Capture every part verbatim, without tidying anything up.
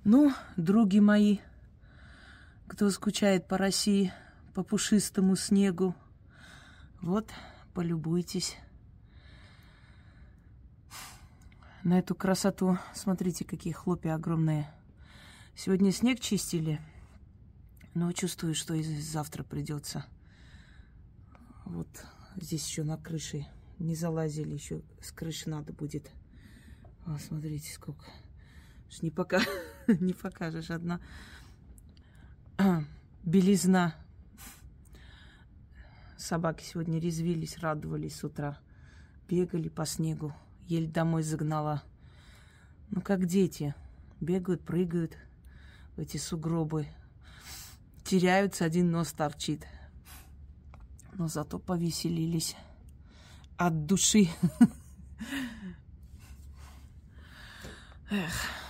Ну, други мои, кто скучает по России, по пушистому снегу, вот, полюбуйтесь на эту красоту. Смотрите, какие хлопья огромные. Сегодня снег чистили, но чувствую, что и завтра придется. Вот здесь еще на крыше не залазили, еще с крыши надо будет. О, смотрите, сколько. Не, пока, не покажешь. Одна белизна. Собаки сегодня резвились, радовались с утра. Бегали по снегу. Еле домой загнала. Ну, как дети. Бегают, прыгают в эти сугробы. Теряются, один нос торчит. Но зато повеселились от души. Эх.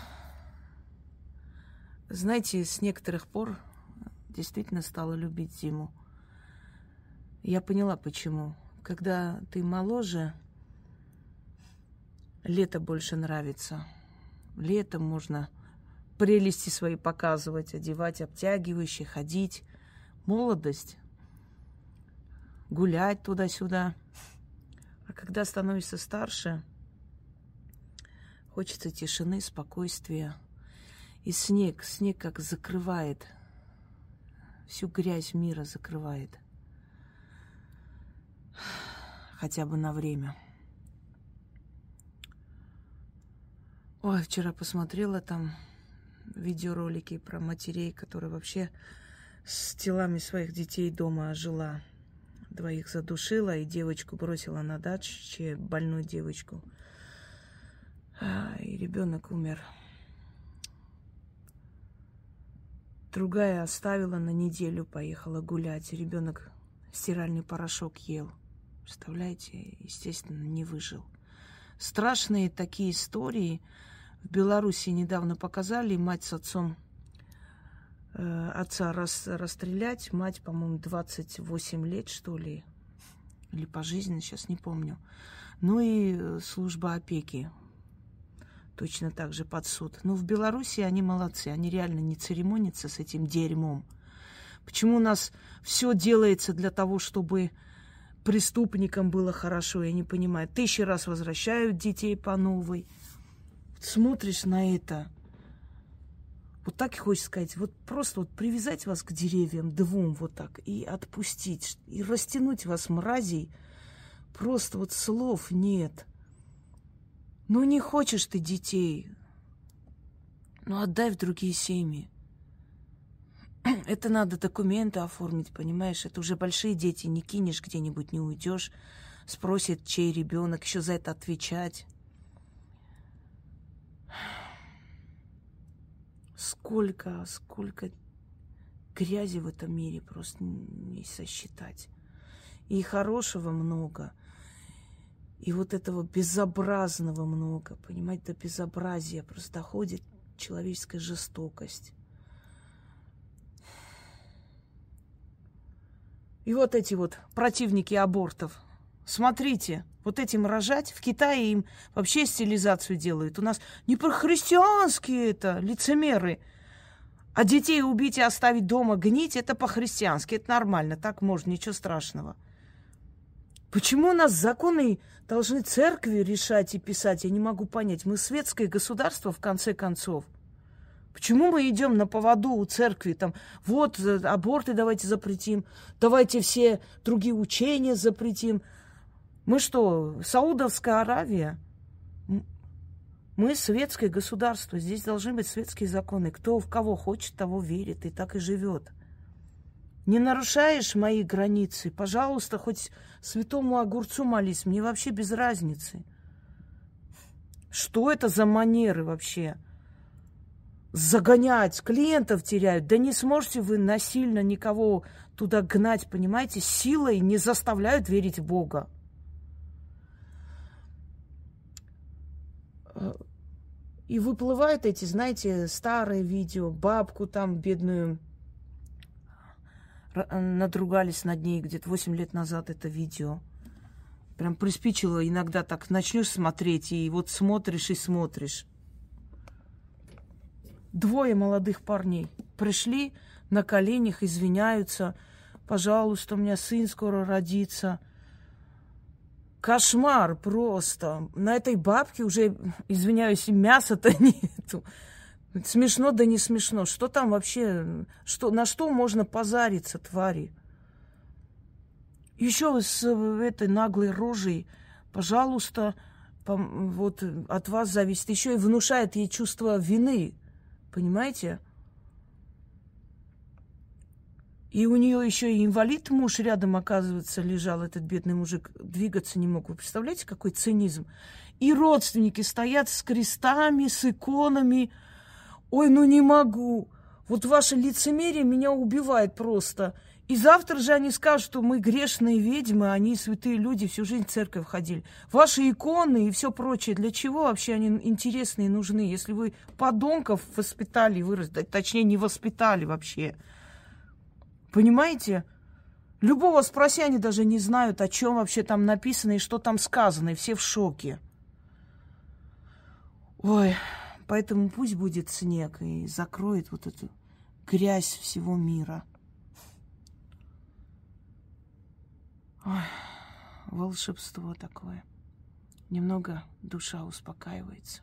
Знаете, с некоторых пор действительно стала любить зиму. Я поняла, почему. Когда ты моложе, лето больше нравится. Летом можно прелести свои показывать, одевать обтягивающие, ходить. Молодость. Гулять туда-сюда. А когда становишься старше, хочется тишины, спокойствия. И снег, снег как закрывает, всю грязь мира закрывает. Хотя бы на время. Ой, вчера посмотрела там видеоролики про матерей, которые вообще с телами своих детей дома жила. Двоих задушила и девочку бросила на даче, больную девочку. И ребенок умер. Другая оставила на неделю, поехала гулять. Ребенок стиральный порошок ел. Представляете, естественно, не выжил. Страшные такие истории в Беларуси недавно показали. Мать с отцом, э, отца рас, расстрелять. Мать, по-моему, двадцать восемь лет, что ли. Или пожизненно, сейчас не помню. Ну и служба опеки. Точно так же под суд. Но в Беларуси они молодцы. Они реально не церемонятся с этим дерьмом. Почему у нас все делается для того, чтобы преступникам было хорошо? Я не понимаю. Тысячи раз возвращают детей по новой. Смотришь на это. Вот так и хочется сказать. Вот просто вот привязать вас к деревьям двум вот так и отпустить. И растянуть вас, мразей. Просто вот слов нет. Ну, не хочешь ты детей, ну, отдай в другие семьи. Это надо документы оформить, понимаешь? Это уже большие дети, не кинешь где-нибудь, не уйдешь. Спросит, чей ребенок, еще за это отвечать. Сколько, сколько грязи в этом мире, просто не сосчитать. И хорошего много. И вот этого безобразного много, понимаете, до безобразия просто доходит человеческая жестокость. И вот эти вот противники абортов. Смотрите, вот этим рожать, в Китае им вообще стерилизацию делают. У нас не по-христиански это, лицемеры. А детей убить и оставить дома гнить, это по-христиански, это нормально, так можно, ничего страшного. Почему у нас законы должны церкви решать и писать? Я не могу понять. Мы светское государство, в конце концов. Почему мы идем на поводу у церкви? Там, вот, аборты давайте запретим. Давайте все другие учения запретим. Мы что, Саудовская Аравия? Мы светское государство. Здесь должны быть светские законы. Кто в кого хочет, того верит. И так и живет. Не нарушаешь мои границы, пожалуйста, хоть святому огурцу молись, мне вообще без разницы. Что это за манеры вообще? Загонять, клиентов теряют. Да не сможете вы насильно никого туда гнать, понимаете? Силой не заставляют верить в Бога. И выплывают эти, знаете, старые видео, бабку там бедную, надругались над ней где-то восемь лет назад это видео. Прям приспичило иногда так. Начнешь смотреть, и вот смотришь и смотришь. Двое молодых парней пришли на коленях, извиняются. Пожалуйста, у меня сын скоро родится. Кошмар просто. На этой бабке уже, извиняюсь, мяса-то нету. Смешно, да не смешно. Что там вообще, что, на что можно позариться, твари? Еще с этой наглой рожей, пожалуйста, вот от вас зависит. Еще и внушает ей чувство вины. Понимаете? И у нее еще и инвалид муж рядом, оказывается, лежал, этот бедный мужик, двигаться не мог. Вы представляете, какой цинизм? И родственники стоят с крестами, с иконами. Ой, ну не могу. Вот ваше лицемерие меня убивает просто. И завтра же они скажут, что мы грешные ведьмы, они святые люди, всю жизнь в церковь ходили. Ваши иконы и все прочее, для чего вообще они интересны и нужны, если вы подонков воспитали, вырастили, точнее, не воспитали вообще. Понимаете? Любого спроси, они даже не знают, о чем вообще там написано и что там сказано, и все в шоке. Ой, поэтому пусть будет снег и закроет вот эту грязь всего мира. Ой, волшебство такое. Немного душа успокаивается.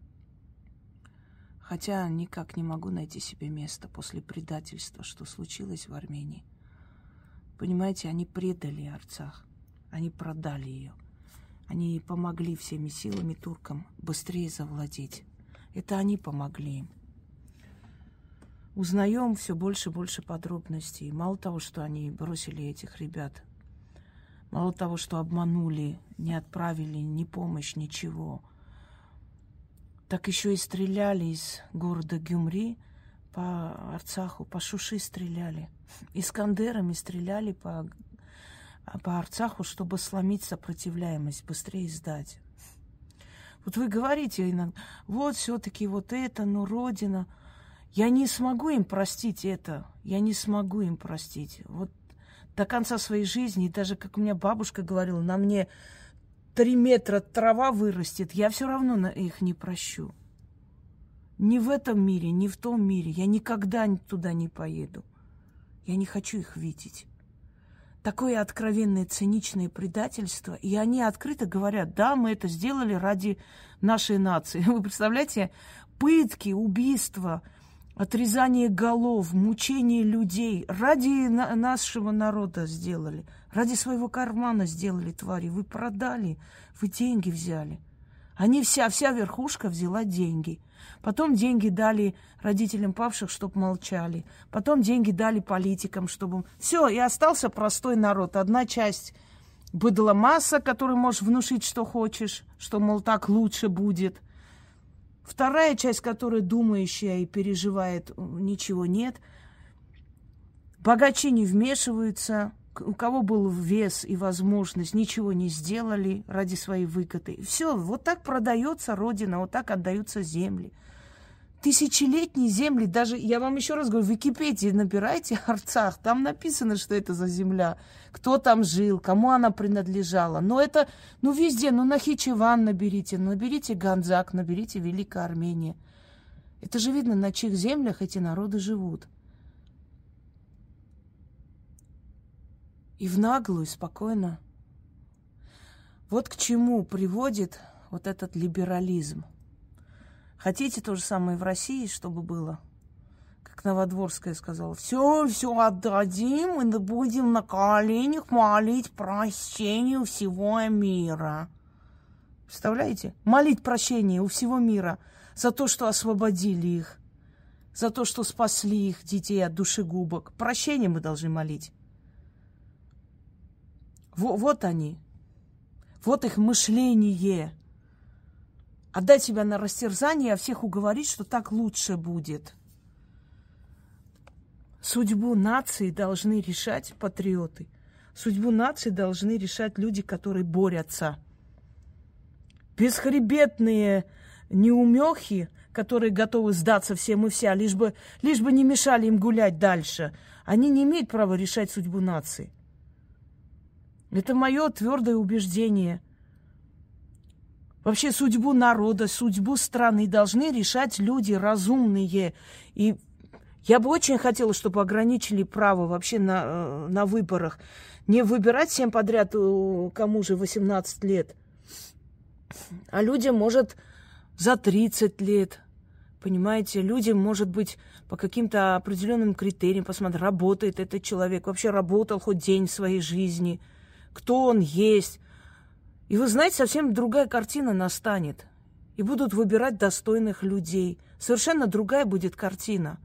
Хотя никак не могу найти себе место после предательства, что случилось в Армении. Понимаете, они предали Арцах. Они продали ее. Они помогли всеми силами туркам быстрее завладеть. Это они помогли им. Узнаем все больше и больше подробностей. Мало того, что они бросили этих ребят, мало того, что обманули, не отправили ни помощь, ничего, так еще и стреляли из города Гюмри по Арцаху, по Шуши стреляли. Искандерами стреляли по, по Арцаху, чтобы сломить сопротивляемость, быстрее сдать. Вот вы говорите иногда, вот все-таки вот это, ну, Родина. Я не смогу им простить это. Я не смогу им простить. Вот до конца своей жизни, и даже, как у меня бабушка говорила, на мне три метра трава вырастет, я все равно их не прощу. Ни в этом мире, ни в том мире. Я никогда туда не поеду. Я не хочу их видеть. Такое откровенное, циничное предательство. И они открыто говорят, да, мы это сделали ради нашей нации. Вы представляете, пытки, убийства, отрезание голов, мучение людей ради на- нашего народа сделали. Ради своего кармана сделали, твари. Вы продали, вы деньги взяли. Они вся, вся верхушка взяла деньги. Потом деньги дали родителям павших, чтобы молчали. Потом деньги дали политикам, чтобы... Все, и остался простой народ. Одна часть быдла масса, которой можешь внушить, что хочешь, что, мол, так лучше будет. Вторая часть, которая думающая и переживает, ничего нет. Богачи не вмешиваются. У кого был вес и возможность, ничего не сделали ради своей выгоды. Все, вот так продается Родина, вот так отдаются земли. Тысячелетние земли, даже, я вам еще раз говорю, в Википедии набирайте Арцах, там написано, что это за земля, кто там жил, кому она принадлежала. Но это, ну, везде, ну, Нахичеван наберите, наберите Ганзак, наберите Великая Армения. Это же видно, на чьих землях эти народы живут. И в наглую, спокойно. Вот к чему приводит вот этот либерализм. Хотите то же самое в России, чтобы было? Как Новодворская сказала, все, все отдадим, и будем на коленях молить прощения у всего мира. Представляете? Молить прощения у всего мира за то, что освободили их, за то, что спасли их детей от душегубок. Прощения мы должны молить. Вот они. Вот их мышление. Отдать себя на растерзание, а всех уговорить, что так лучше будет. Судьбу нации должны решать патриоты. Судьбу нации должны решать люди, которые борются. Бесхребетные неумехи, которые готовы сдаться всем и вся, лишь бы, лишь бы не мешали им гулять дальше, они не имеют права решать судьбу нации. Это мое твердое убеждение. Вообще судьбу народа, судьбу страны должны решать люди разумные. И я бы очень хотела, чтобы ограничили право вообще на, на выборах. Не выбирать всем подряд, кому же восемнадцать лет, а людям, может, за тридцать лет. Понимаете, людям, может быть, по каким-то определенным критериям посмотреть, работает этот человек, вообще работал хоть день в своей жизни, кто он есть. И вы знаете, совсем другая картина настанет. И будут выбирать достойных людей. Совершенно другая будет картина.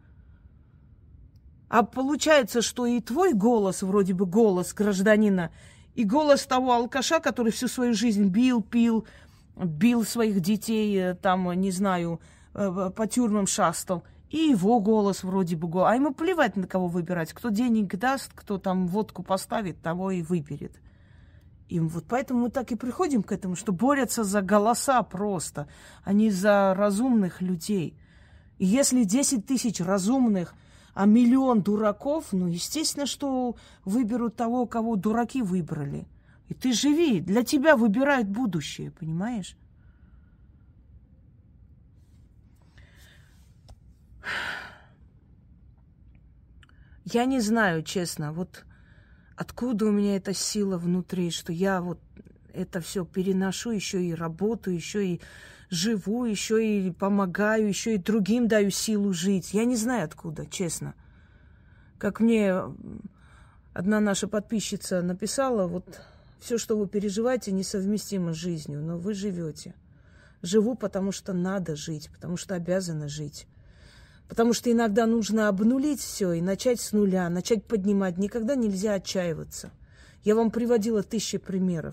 А получается, что и твой голос, вроде бы голос гражданина, и голос того алкаша, который всю свою жизнь бил, пил, бил своих детей, там, не знаю, по тюрьмам шастал, и его голос вроде бы голос. А ему плевать, на кого выбирать. Кто денег даст, кто там водку поставит, того и выберет. И вот поэтому мы так и приходим к этому, что борются за голоса просто, а не за разумных людей. И если десять тысяч разумных, а миллион дураков, ну, естественно, что выберут того, кого дураки выбрали. И ты живи, для тебя выбирают будущее, понимаешь? Я не знаю, честно, вот откуда у меня эта сила внутри, что я вот это все переношу, еще и работаю, еще и живу, еще и помогаю, еще и другим даю силу жить. Я не знаю откуда, честно. Как мне одна наша подписчица написала, вот все, что вы переживаете, несовместимо с жизнью, но вы живете. Живу, потому что надо жить, потому что обязана жить. Потому что иногда нужно обнулить все и начать с нуля, начать поднимать. Никогда нельзя отчаиваться. Я вам приводила тысячи примеров.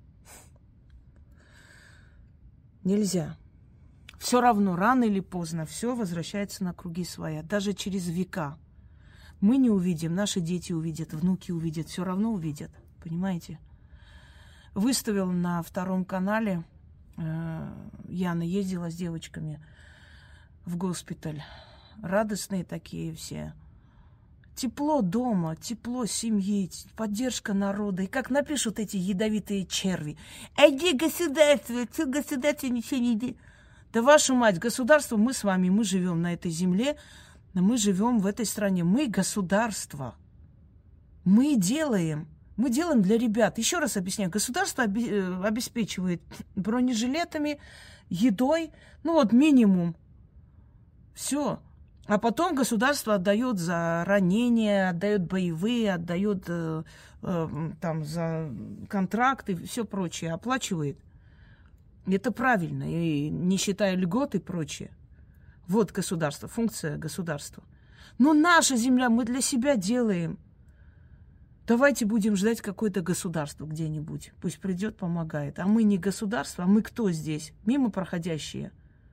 Нельзя. Все равно, рано или поздно, все возвращается на круги своя. Даже через века. Мы не увидим, наши дети увидят, внуки увидят, все равно увидят. Понимаете? Выставила на втором канале, э, Яна ездила с девочками в госпиталь. Радостные такие все. Тепло дома, тепло семьи, поддержка народа. И как напишут эти ядовитые черви. А где государство? Что государство ничего не делает? Да вашу мать, государство, мы с вами, мы живем на этой земле, мы живем в этой стране. Мы государство. Мы делаем. Мы делаем для ребят. Еще раз объясняю. Государство обеспечивает бронежилетами, едой. Ну вот минимум. Все. А потом государство отдает за ранения, отдает боевые, отдает э, э, там за контракты, все прочее, оплачивает. Это правильно, и не считая льгот и прочее. Вот государство, функция государства. Но наша земля мы для себя делаем. Давайте будем ждать какое-то государство где-нибудь. Пусть придет, помогает. А мы не государство, а мы кто здесь? Мимо проходящие.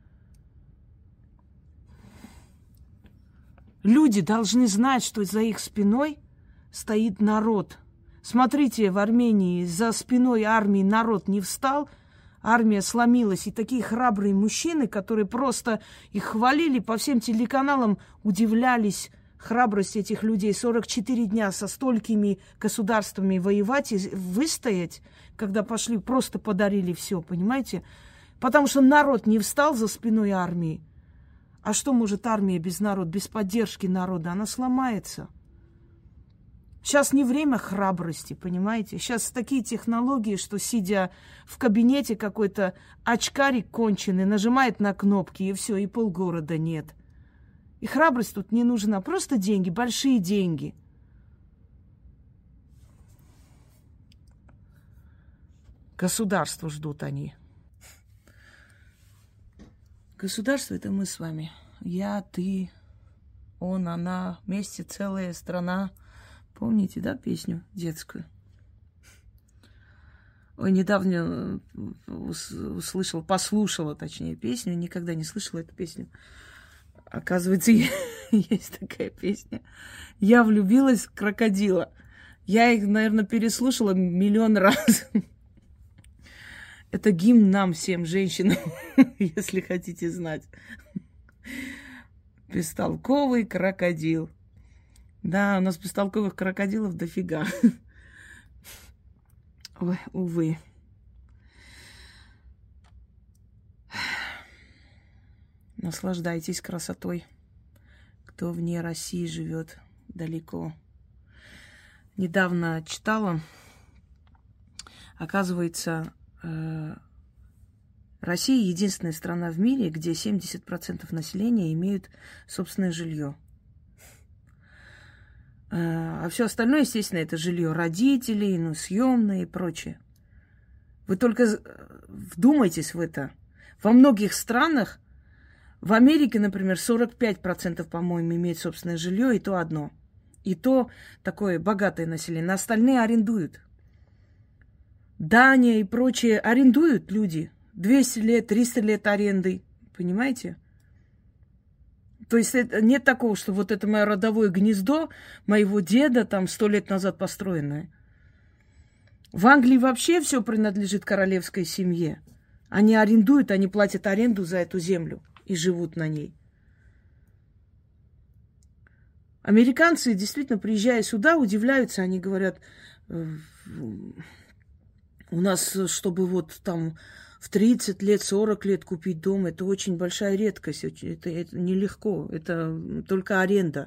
Люди должны знать, что за их спиной стоит народ. Смотрите, в Армении за спиной армии народ не встал, армия сломилась. И такие храбрые мужчины, которые просто их хвалили по всем телеканалам, удивлялись храбрости этих людей. сорок четыре дня со столькими государствами воевать и выстоять, когда пошли, просто подарили все, понимаете? Потому что народ не встал за спиной армии. А что может армия без народа, без поддержки народа? Она сломается. Сейчас не время храбрости, понимаете? Сейчас такие технологии, что, сидя в кабинете, какой-то очкарик конченый нажимает на кнопки, и все, и полгорода нет. И храбрость тут не нужна. Просто деньги, большие деньги. Государство ждут они. Государство – это мы с вами. Я, ты, он, она, вместе целая страна. Помните, да, песню детскую? Ой, недавно услышала, послушала, точнее, песню. Никогда не слышала эту песню. Оказывается, есть такая песня. Я влюбилась в крокодила. Я их, наверное, переслушала миллион раз. Это гимн нам, всем женщинам, если хотите знать. Бестолковый крокодил. Да, у нас бестолковых крокодилов дофига. Ой, увы. Наслаждайтесь красотой. Кто вне России живет далеко. Недавно читала, оказывается, Россия единственная страна в мире, где семьдесят процентов населения имеют собственное жилье. А все остальное, естественно, это жилье родителей, ну, съемное и прочее. Вы только вдумайтесь в это. Во многих странах, в Америке, например, сорок пять процентов, по-моему, имеют собственное жилье, и то одно. И то такое богатое население. На остальные арендуют. Дания и прочие арендуют люди. двести лет, триста лет аренды. Понимаете? То есть это, нет такого, что вот это мое родовое гнездо моего деда там сто лет назад построенное. В Англии вообще все принадлежит королевской семье. Они арендуют, они платят аренду за эту землю и живут на ней. Американцы, действительно, приезжая сюда, удивляются. Они говорят, у нас, чтобы вот там в тридцать лет, сорок лет купить дом, это очень большая редкость. Это, это нелегко. Это только аренда.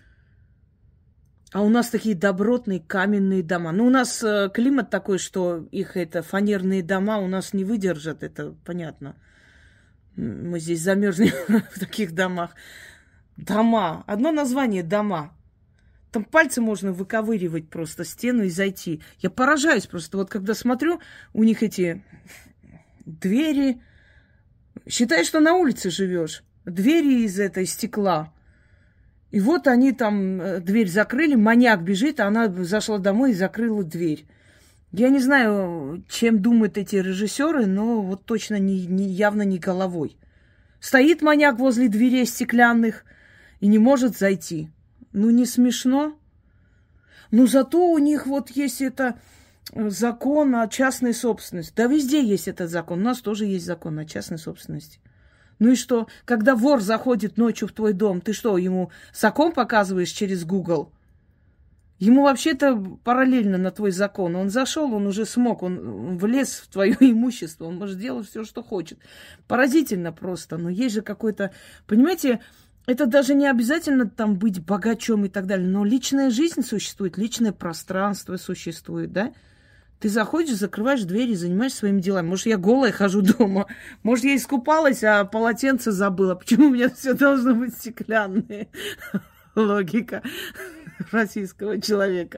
А у нас такие добротные каменные дома. Ну, у нас климат такой, что их это фанерные дома у нас не выдержат. Это понятно. Мы здесь замерзнем в таких домах. Дома. Одно название дома. Там пальцы можно выковыривать просто стену и зайти. Я поражаюсь просто. Вот когда смотрю, у них эти двери. Считай, что на улице живешь. Двери из этой стекла. И вот они там дверь закрыли, маньяк бежит, а она зашла домой и закрыла дверь. Я не знаю, чем думают эти режиссеры, но вот точно не, не, явно не головой. Стоит маньяк возле дверей стеклянных и не может зайти. Ну, не смешно? Но зато у них вот есть это закон о частной собственности. Да везде есть этот закон. У нас тоже есть закон о частной собственности. Ну и что? Когда вор заходит ночью в твой дом, ты что, ему закон показываешь через Google? Ему вообще-то параллельно на твой закон. Он зашел, он уже смог, он влез в твое имущество, он может делать все, что хочет. Поразительно просто. Но есть же какой-то... Понимаете, это даже не обязательно там быть богачом и так далее. Но личная жизнь существует, личное пространство существует, да? Ты заходишь, закрываешь дверь и занимаешься своими делами. Может, я голая хожу дома. Может, я искупалась, а полотенце забыла. Почему у меня все должно быть стеклянное? Логика российского человека.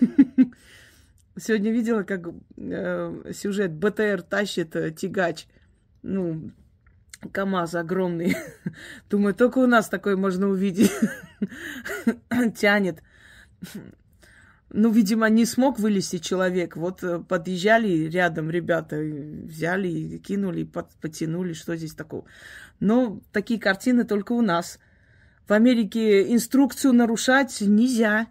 Сегодня видела, как э, сюжет БТР тащит э, тягач. Ну, КамАЗ огромный. Думаю, только у нас такое можно увидеть. Тянет. Ну, видимо, не смог вылезти человек. Вот подъезжали рядом ребята, взяли и кинули, потянули. Что здесь такого? Но такие картины только у нас. В Америке инструкцию нарушать нельзя.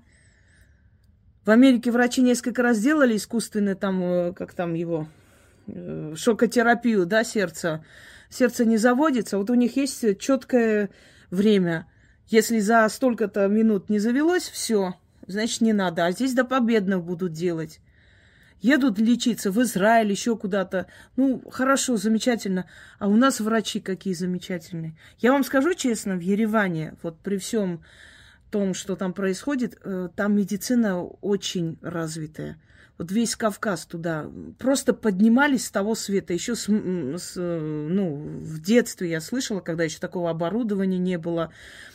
В Америке врачи несколько раз делали искусственную там, как там его, шокотерапию, да, сердца. Сердце не заводится. Вот у них есть четкое время. Если за столько-то минут не завелось, все. Значит, не надо. А здесь до победного будут делать. Едут лечиться в Израиль, еще куда-то. Ну, хорошо, замечательно. А у нас врачи какие замечательные. Я вам скажу честно, в Ереване, вот при всем том, что там происходит, там медицина очень развитая. Вот весь Кавказ туда просто поднимались с того света. Еще с, с, ну, в детстве я слышала, когда еще такого оборудования не было.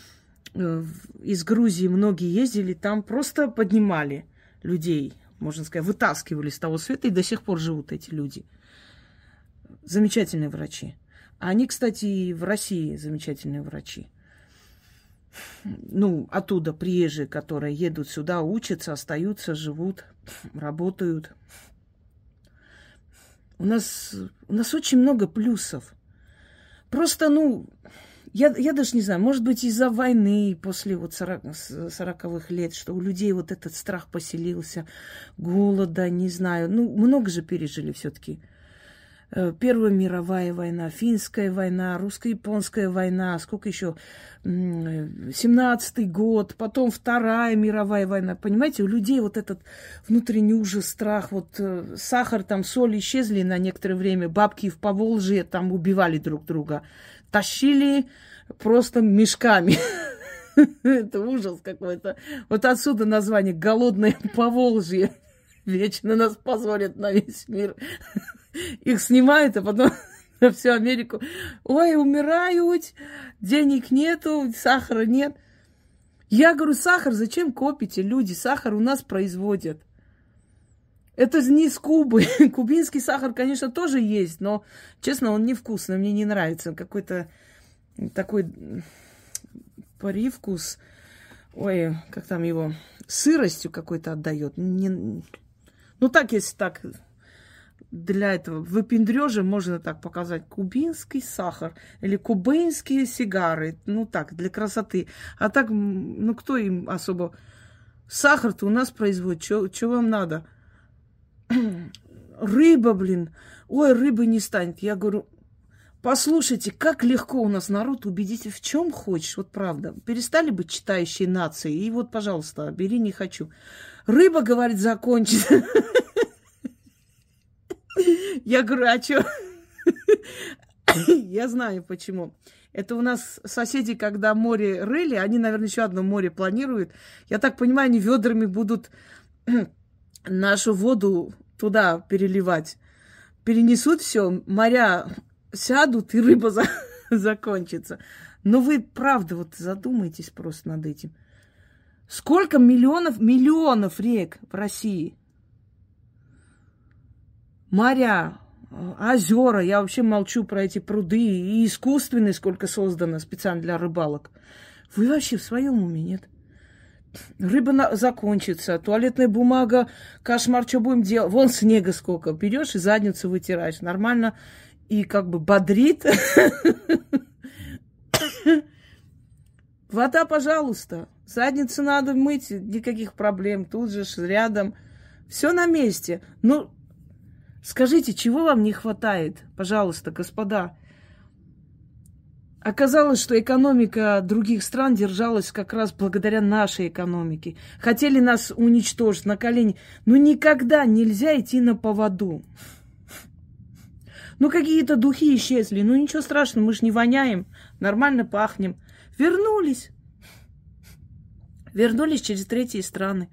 Из Грузии многие ездили, там просто поднимали людей, можно сказать, вытаскивали с того света, и до сих пор живут эти люди. Замечательные врачи. А они, кстати, и в России замечательные врачи. Ну, оттуда приезжие, которые едут сюда, учатся, остаются, живут, работают. У нас, у нас очень много плюсов. Просто, ну... Я, я даже не знаю, может быть, из-за войны после вот сороковых лет, что у людей вот этот страх поселился, голода, не знаю. Ну, много же пережили все-таки. Первая мировая война, финская война, русско-японская война, сколько еще? семнадцатый год, потом Вторая мировая война. Понимаете, у людей вот этот внутренний ужас, страх, вот сахар, там, соль исчезли на некоторое время, бабки в Поволжье там убивали друг друга. Тащили просто мешками. Это ужас какой-то. Вот отсюда название «Голодное Поволжье». Вечно нас позорят на весь мир. Их снимают, а потом на всю Америку. Ой, умирают, денег нету, сахара нет. Я говорю, сахар зачем копите, люди? Сахар у нас производят. Это не с Кубы. Кубинский сахар, конечно, тоже есть, но, честно, он невкусный, мне не нравится. Какой-то такой привкус, ой, как там его, сыростью какой-то отдает. Не, ну, так, если так, для этого выпендрежа можно так показать. Кубинский сахар или кубинские сигары. Ну, так, для красоты. А так, ну, кто им особо... Сахар-то у нас производит. Что вам надо? Рыба, блин. Ой, рыбы не станет. Я говорю, послушайте, как легко у нас народ убедить в чем хочешь. Вот правда. Перестали быть читающие нации. И вот, пожалуйста, бери, не хочу. Рыба, говорит, закончится. Я говорю, а что? Я знаю почему. Это у нас соседи, когда море рыли, они, наверное, еще одно море планируют. Я так понимаю, они ведрами будут нашу воду туда переливать. Перенесут все, моря сядут, и рыба за... закончится. Но вы, правда, вот задумайтесь просто над этим. Сколько миллионов, миллионов рек в России? Моря, озера, я вообще молчу про эти пруды, и искусственные сколько создано специально для рыбалок. Вы вообще в своем уме, нет? Рыба на... закончится, туалетная бумага, кошмар, что будем делать? Вон снега сколько, берешь и задницу вытираешь. Нормально и как бы бодрит. Вода, пожалуйста. Задницу надо мыть, никаких проблем. Тут же рядом. Все на месте. Ну, скажите, чего вам не хватает, пожалуйста, господа? Оказалось, что экономика других стран держалась как раз благодаря нашей экономике. Хотели нас уничтожить на колени. Но никогда нельзя идти на поводу. Ну, какие-то духи исчезли. Ну, ничего страшного, мы же не воняем. Нормально пахнем. Вернулись. Вернулись через третьи страны.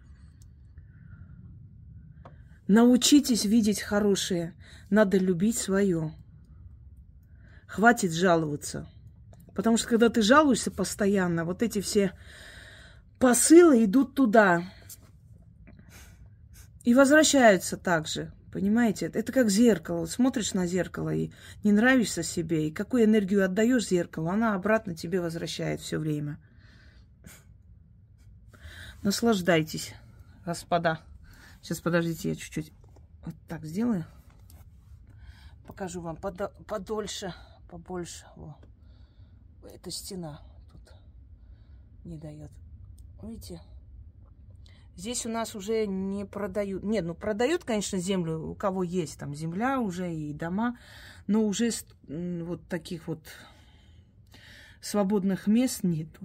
Научитесь видеть хорошее. Надо любить свое. Хватит жаловаться. Потому что, когда ты жалуешься постоянно, вот эти все посылы идут туда. И возвращаются также. Понимаете? Это как зеркало. Вот смотришь на зеркало и не нравишься себе. И какую энергию отдаешь зеркалу, она обратно тебе возвращает все время. Наслаждайтесь, господа. Сейчас, подождите, я чуть-чуть вот так сделаю. Покажу вам подо- подольше, побольше. Во. Эта стена тут не дает. Видите? Здесь у нас уже не продают. Нет, ну продают, конечно, землю, у кого есть там земля уже и дома, но уже вот таких вот свободных мест нету.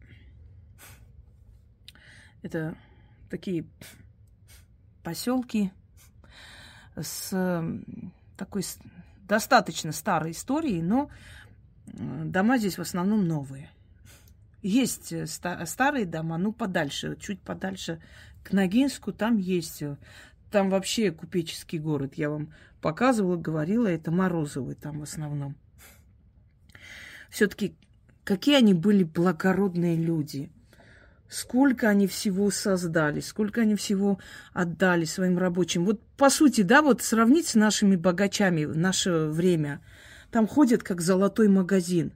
Это такие поселки с такой достаточно старой историей, но дома здесь в основном новые. Есть старые дома, ну, подальше, чуть подальше к Ногинску, там есть. Там вообще купеческий город. Я вам показывала, говорила, это Морозовы там в основном. Все-таки какие они были благородные люди. Сколько они всего создали, сколько они всего отдали своим рабочим. Вот по сути, да, вот сравнить с нашими богачами в наше время. Там ходят как золотой магазин.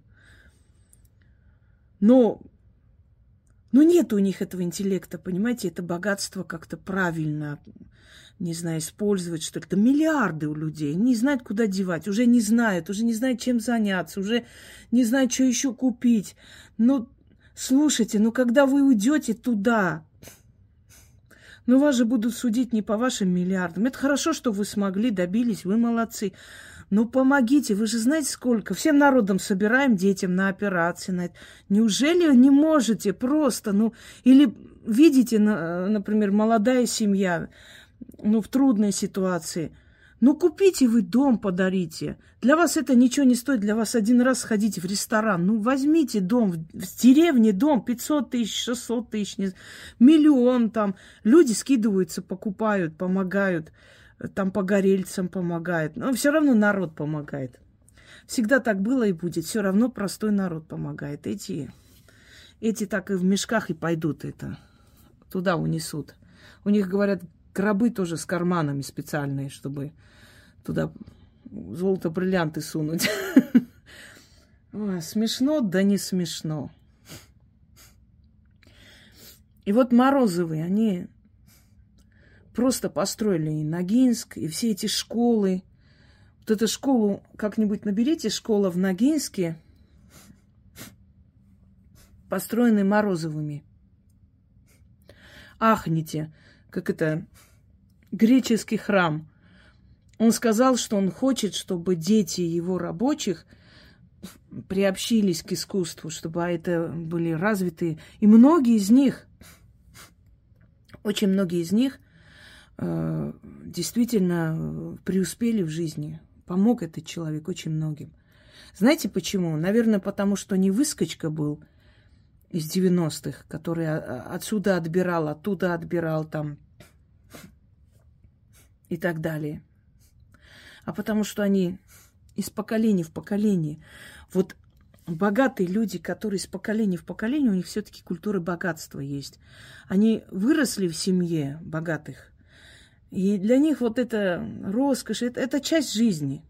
Но, но нет у них этого интеллекта, понимаете, это богатство как-то правильно, не знаю, использовать, что ли. Это миллиарды у людей, не знают, куда девать, уже не знают, уже не знают, чем заняться, уже не знают, что еще купить. Но слушайте, ну когда вы уйдете туда, ну вас же будут судить не по вашим миллиардам. Это хорошо, что вы смогли, добились, вы молодцы. Ну, помогите, вы же знаете сколько. Всем народом собираем детям на операции. На это. Неужели не можете просто, ну, или видите, например, молодая семья, ну, в трудной ситуации. Ну, купите вы дом, подарите. Для вас это ничего не стоит. Для вас один раз сходите в ресторан. Ну, возьмите дом. В деревне дом пятьсот тысяч, шестьсот тысяч, не... миллион там. Люди скидываются, покупают, помогают. Там погорельцам помогают. Но все равно народ помогает. Всегда так было и будет. Все равно простой народ помогает. Эти, эти так и в мешках и пойдут это. Туда унесут. У них, говорят, гробы тоже с карманами специальные, чтобы туда золото-бриллианты сунуть. Ой, смешно, да не смешно. И вот Морозовы, они просто построили и Ногинск, и все эти школы. Вот эту школу, как-нибудь наберите, школа в Ногинске, построенная Морозовыми. Ахните, как это, греческий храм. Он сказал, что он хочет, чтобы дети его рабочих приобщились к искусству, чтобы это были развитые. И многие из них, очень многие из них э, действительно преуспели в жизни. Помог этот человек очень многим. Знаете почему? Наверное, потому что не выскочка был из девяностых, который отсюда отбирал, оттуда отбирал там и так далее. А потому что они из поколения в поколение. Вот богатые люди, которые из поколения в поколение, у них все-таки культура богатства есть. Они выросли в семье богатых. И для них вот это роскошь, это, это часть жизни.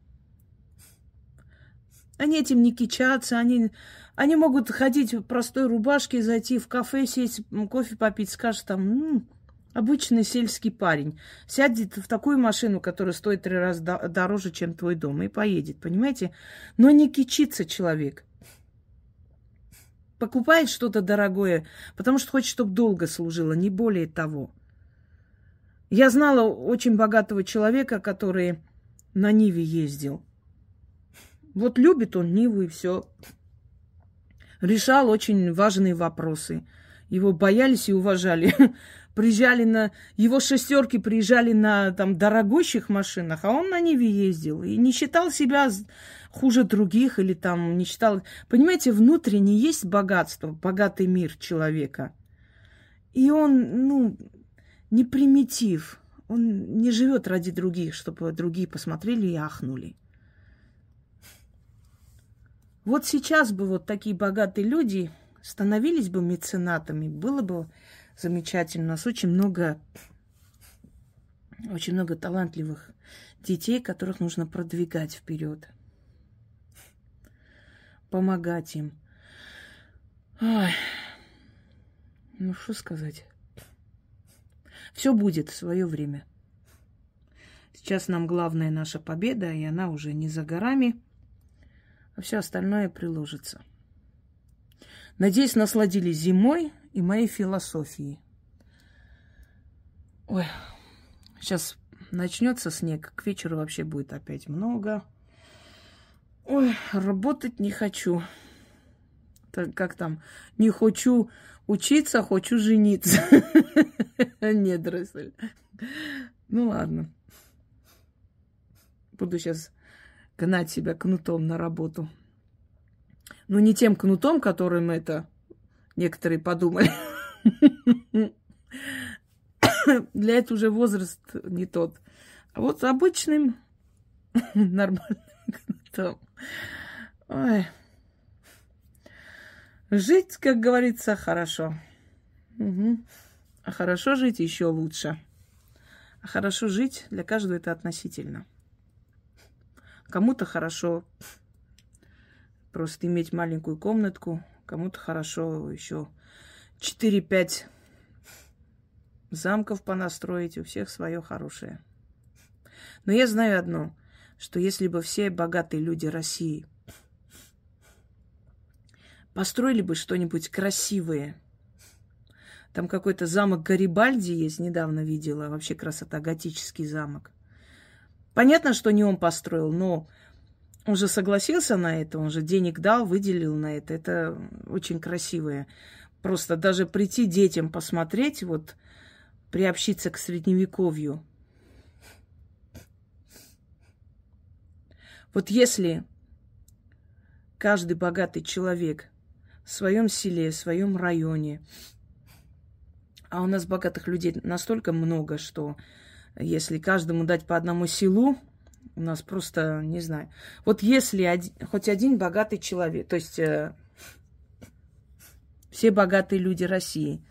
Они этим не кичатся, они, они могут ходить в простой рубашке, зайти в кафе, сесть, кофе попить, скажут там, м-м, обычный сельский парень. Сядет в такую машину, которая стоит три раза дороже, чем твой дом, и поедет, понимаете? Но не кичится человек. Покупает что-то дорогое, потому что хочет, чтобы долго служило, не более того. Я знала очень богатого человека, который на Ниве ездил. Вот любит он Ниву и все. Решал очень важные вопросы. Его боялись и уважали. Приезжали на... Его шестерки приезжали на там, дорогущих машинах, а он на Ниве ездил. И не считал себя хуже других или там не считал... Понимаете, внутренне есть богатство, богатый мир человека. И он, ну... не примитив. Он не живет ради других, чтобы другие посмотрели и ахнули. Вот сейчас бы вот такие богатые люди становились бы меценатами, было бы замечательно. У нас очень много, очень много талантливых детей, которых нужно продвигать вперед, помогать им. Ой. Ну, что сказать? Все будет в свое время. Сейчас нам главная наша победа, и она уже не за горами, а все остальное приложится. Надеюсь, насладились зимой и моей философией. Ой, сейчас начнется снег, к вечеру вообще будет опять много. Ой, работать не хочу. Так, как там? Не хочу учиться, хочу жениться. Нет, Дрессель. Ну ладно. Буду сейчас гнать себя кнутом на работу. Ну, не тем кнутом, которым это некоторые подумали. Для этого уже возраст не тот. А вот обычным нормальным кнутом. Ой. Жить, как говорится, хорошо. Угу. А хорошо жить еще лучше. А хорошо жить для каждого это относительно. Кому-то хорошо просто иметь маленькую комнатку, кому-то хорошо еще четыре-пять замков понастроить, у всех свое хорошее. Но я знаю одно, что если бы все богатые люди России построили бы что-нибудь красивое, там какой-то замок Гарибальди есть, недавно видела, вообще красота, готический замок. Понятно, что не он построил, но он же согласился на это, он же денег дал, выделил на это. Это очень красивое. Просто даже прийти детям посмотреть, вот приобщиться к средневековью. Вот если каждый богатый человек в своем селе, в своем районе, а у нас богатых людей настолько много, что если каждому дать по одному селу, у нас просто, не знаю. Вот если один, хоть один богатый человек, то есть э, все богатые люди России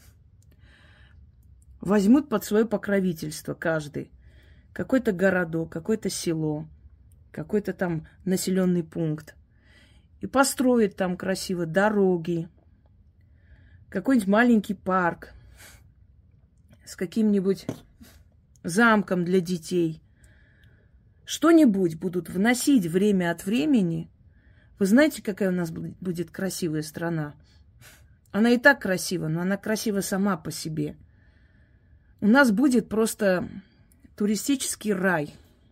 возьмут под свое покровительство каждый какой-то городок, какое-то село, какой-то там населенный пункт, и построят там красиво дороги, какой-нибудь маленький парк с каким-нибудь замком для детей, что-нибудь будут вносить время от времени. Вы знаете, какая у нас будет красивая страна? Она и так красива, но она красива сама по себе. У нас будет просто туристический рай.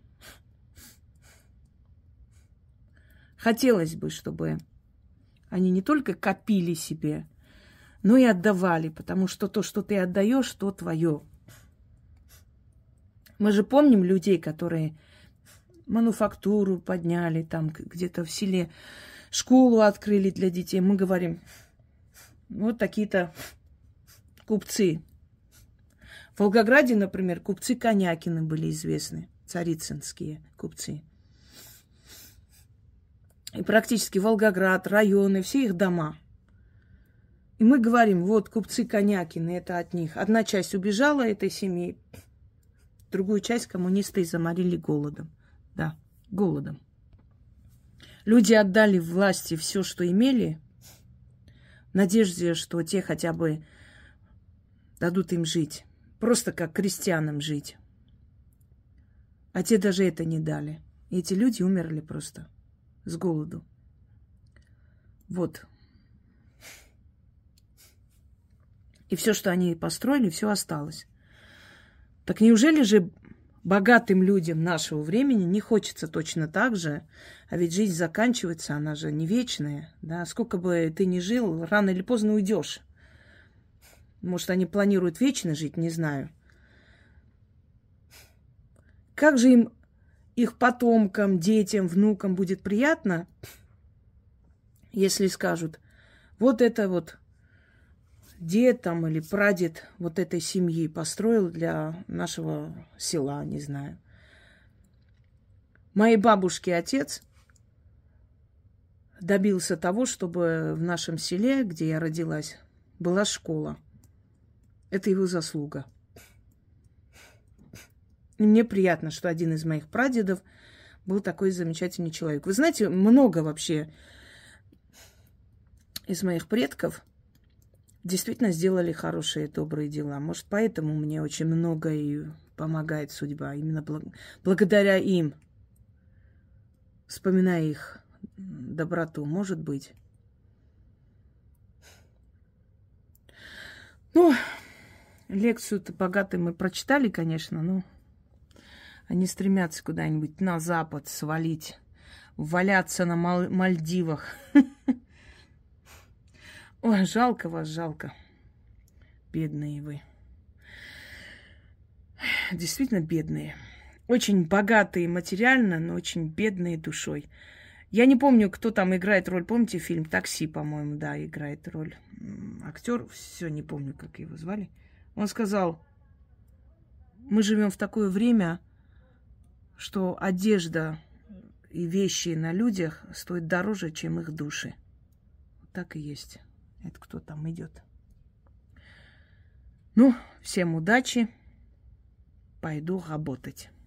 Хотелось бы, чтобы они не только копили себе, но и отдавали, потому что то, что ты отдаешь, то твое. Мы же помним людей, которые мануфактуру подняли, там где-то в селе школу открыли для детей. Мы говорим, вот такие-то купцы. В Волгограде, например, купцы Конякины были известны, царицынские купцы. И практически Волгоград, районы, все их дома. И мы говорим, вот купцы Конякины, это от них. Одна часть убежала этой семьи, другую часть коммунисты заморили голодом. Да, голодом. Люди отдали власти все, что имели, в надежде, что те хотя бы дадут им жить. Просто как крестьянам жить. А те даже это не дали. И эти люди умерли просто с голоду. Вот. И все, что они построили, все осталось. Так неужели же богатым людям нашего времени не хочется точно так же? А ведь жизнь заканчивается, она же не вечная. Да? Сколько бы ты ни жил, рано или поздно уйдешь. Может, они планируют вечно жить, не знаю. Как же им, их потомкам, детям, внукам будет приятно, если скажут, вот это вот дед там или прадед вот этой семьи построил для нашего села, не знаю. Моей бабушки отец добился того, чтобы в нашем селе, где я родилась, была школа. Это его заслуга. И мне приятно, что один из моих прадедов был такой замечательный человек. Вы знаете, много вообще из моих предков действительно сделали хорошие, добрые дела. Может, поэтому мне очень много и помогает судьба. Именно благ... благодаря им. Вспоминая их доброту. Может быть. Ну, лекцию-то богатую мы прочитали, конечно, но они стремятся куда-нибудь на запад свалить, валяться на Мал- Мальдивах. Ой, жалко вас, жалко. Бедные вы. Действительно бедные. Очень богатые материально, но очень бедные душой. Я не помню, кто там играет роль. Помните фильм «Такси», по-моему, да, играет роль. Актер, все, не помню, как его звали. Он сказал, мы живем в такое время, что одежда и вещи на людях стоят дороже, чем их души. Вот так и есть. Это кто там идет. Ну, всем удачи. Пойду работать.